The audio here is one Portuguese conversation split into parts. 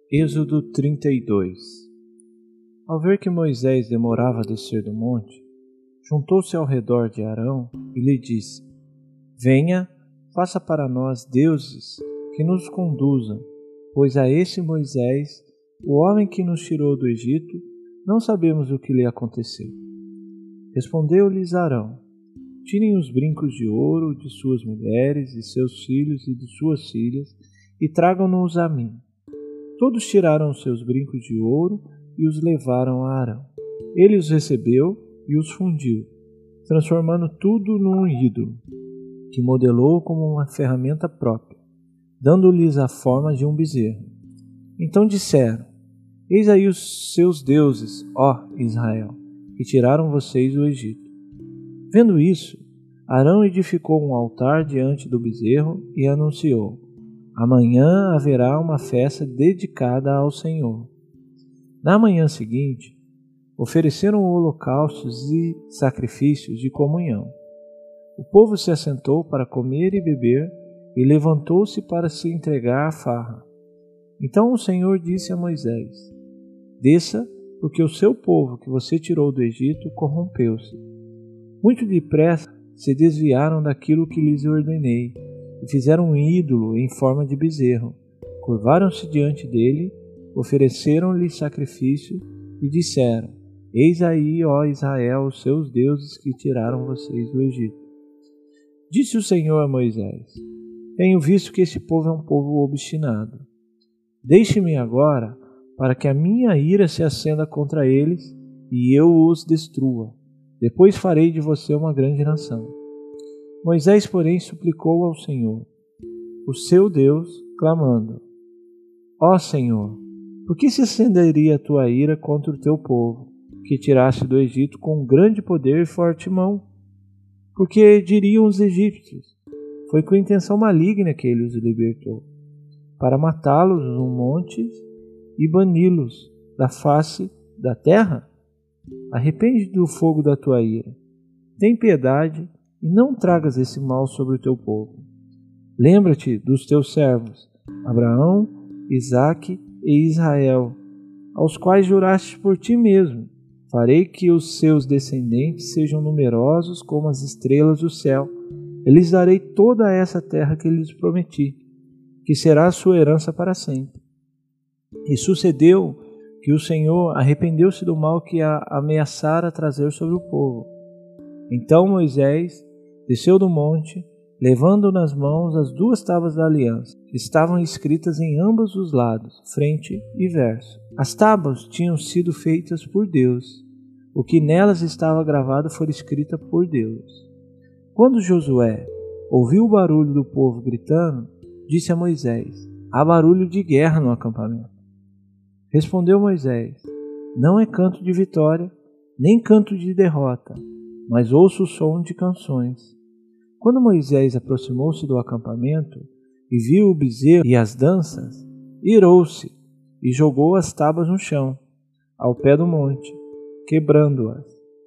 Êxodo 32. Ao ver que Moisés demorava a descer do monte, juntou-se ao redor de Arão e lhe disse: Venha, faça para nós deuses que nos conduzam, pois a esse Moisés, o homem que nos tirou do Egito, não sabemos o que lhe aconteceu. Respondeu-lhes Arão: Tirem os brincos de ouro de suas mulheres, de seus filhos e de suas filhas, e tragam-nos a mim. Todos tiraram os seus brincos de ouro e os levaram a Arão. Ele os recebeu e os fundiu, transformando tudo num ídolo, que modelou como uma ferramenta própria, dando-lhes a forma de um bezerro. Então disseram: Eis aí os seus deuses, ó Israel, que tiraram vocês do Egito. Vendo isso, Arão edificou um altar diante do bezerro e anunciou: Amanhã haverá uma festa dedicada ao Senhor. Na manhã seguinte, ofereceram holocaustos e sacrifícios de comunhão. O povo se assentou para comer e beber e levantou-se para se entregar à farra. Então o Senhor disse a Moisés: Desça, porque o seu povo que você tirou do Egito corrompeu-se. Muito depressa se desviaram daquilo que lhes ordenei e fizeram um ídolo em forma de bezerro. Curvaram-se diante dele, ofereceram-lhe sacrifício e disseram: Eis aí, ó Israel, os seus deuses que tiraram vocês do Egito. Disse o Senhor a Moisés: Tenho visto que esse povo é um povo obstinado. Deixe-me agora, para que a minha ira se acenda contra eles e eu os destrua. Depois farei de você uma grande nação. Moisés, porém, suplicou ao Senhor, o seu Deus, clamando: Ó Senhor, por que se acenderia a tua ira contra o teu povo, que tiraste do Egito com grande poder e forte mão? Porque diriam os egípcios: Foi com intenção maligna que ele os libertou, para matá-los num monte e bani-los da face da terra? Arrepende do fogo da tua ira, tem piedade e não tragas esse mal sobre o teu povo. Lembra-te dos teus servos, Abraão, Isaque e Israel, aos quais juraste por ti mesmo: Farei que os seus descendentes sejam numerosos como as estrelas do céu. E lhes darei toda essa terra que lhes prometi, que será a sua herança para sempre. E sucedeu que o Senhor arrependeu-se do mal que ameaçara trazer sobre o povo. Então Moisés desceu do monte, levando nas mãos as 2 tábuas da aliança, que estavam escritas em ambos os lados, frente e verso. As tábuas tinham sido feitas por Deus. O que nelas estava gravado fora escrito por Deus. Quando Josué ouviu o barulho do povo gritando, disse a Moisés: Há barulho de guerra no acampamento. Respondeu Moisés: Não é canto de vitória, nem canto de derrota, mas ouço o som de canções. Quando Moisés aproximou-se do acampamento e viu o bezerro e as danças, irou-se e jogou as tábuas no chão, ao pé do monte, quebrando-as.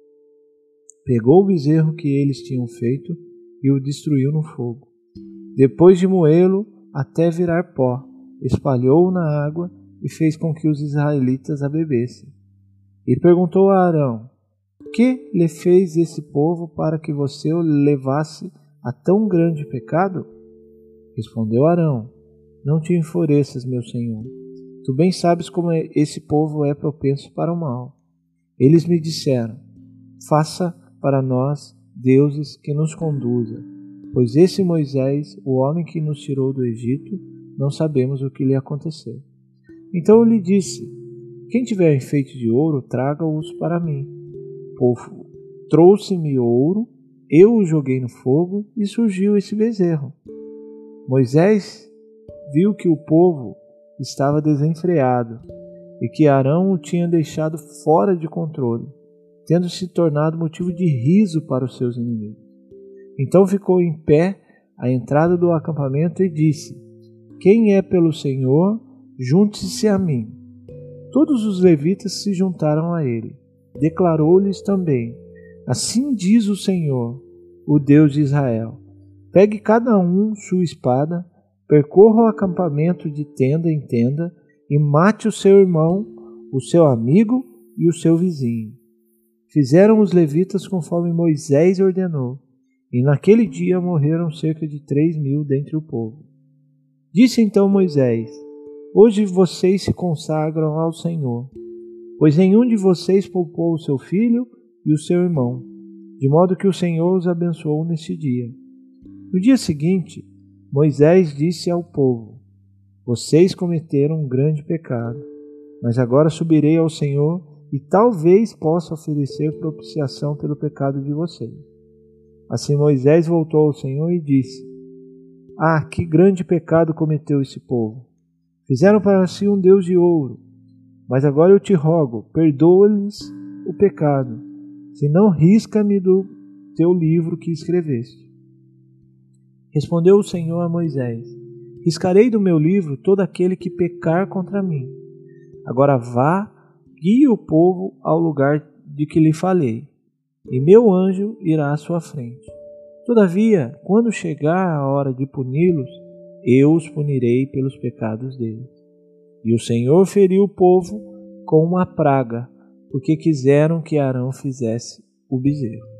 Pegou o bezerro que eles tinham feito e o destruiu no fogo. Depois de moê-lo até virar pó, espalhou-o na água e fez com que os israelitas a bebessem. E perguntou a Arão: Que lhe fez esse povo para que você o levasse a tão grande pecado? Respondeu Arão: Não te enfureças, meu senhor. Tu bem sabes como esse povo é propenso para o mal. Eles me disseram: Faça para nós deuses que nos conduzam, pois esse Moisés, o homem que nos tirou do Egito, não sabemos o que lhe aconteceu. Então eu lhe disse: Quem tiver enfeite de ouro, traga-os para mim. O povo trouxe-me ouro, eu o joguei no fogo e surgiu esse bezerro. Moisés viu que o povo estava desenfreado e que Arão o tinha deixado fora de controle, tendo se tornado motivo de riso para os seus inimigos. Então ficou em pé à entrada do acampamento e disse: Quem é pelo Senhor, junte-se a mim. Todos os levitas se juntaram a ele. Declarou-lhes também: Assim diz o Senhor, o Deus de Israel: Pegue cada um sua espada, percorra o acampamento de tenda em tenda e mate o seu irmão, o seu amigo e o seu vizinho. Fizeram os levitas conforme Moisés ordenou, e naquele dia morreram cerca de 3.000 dentre o povo. Disse então Moisés: Hoje vocês se consagram ao Senhor, pois nenhum de vocês poupou o seu filho e o seu irmão, de modo que o Senhor os abençoou neste dia. No dia seguinte, Moisés disse ao povo: Vocês cometeram um grande pecado, mas agora subirei ao Senhor e talvez possa oferecer propiciação pelo pecado de vocês. Assim Moisés voltou ao Senhor e disse: Ah, que grande pecado cometeu esse povo! Fizeram para si um Deus de ouro. Mas agora eu te rogo, perdoa-lhes o pecado, senão risca-me do teu livro que escreveste. Respondeu o Senhor a Moisés: Riscarei do meu livro todo aquele que pecar contra mim. Agora vá, guie o povo ao lugar de que lhe falei, e meu anjo irá à sua frente. Todavia, quando chegar a hora de puni-los, eu os punirei pelos pecados deles. E o Senhor feriu o povo com uma praga, porque quiseram que Arão fizesse o bezerro.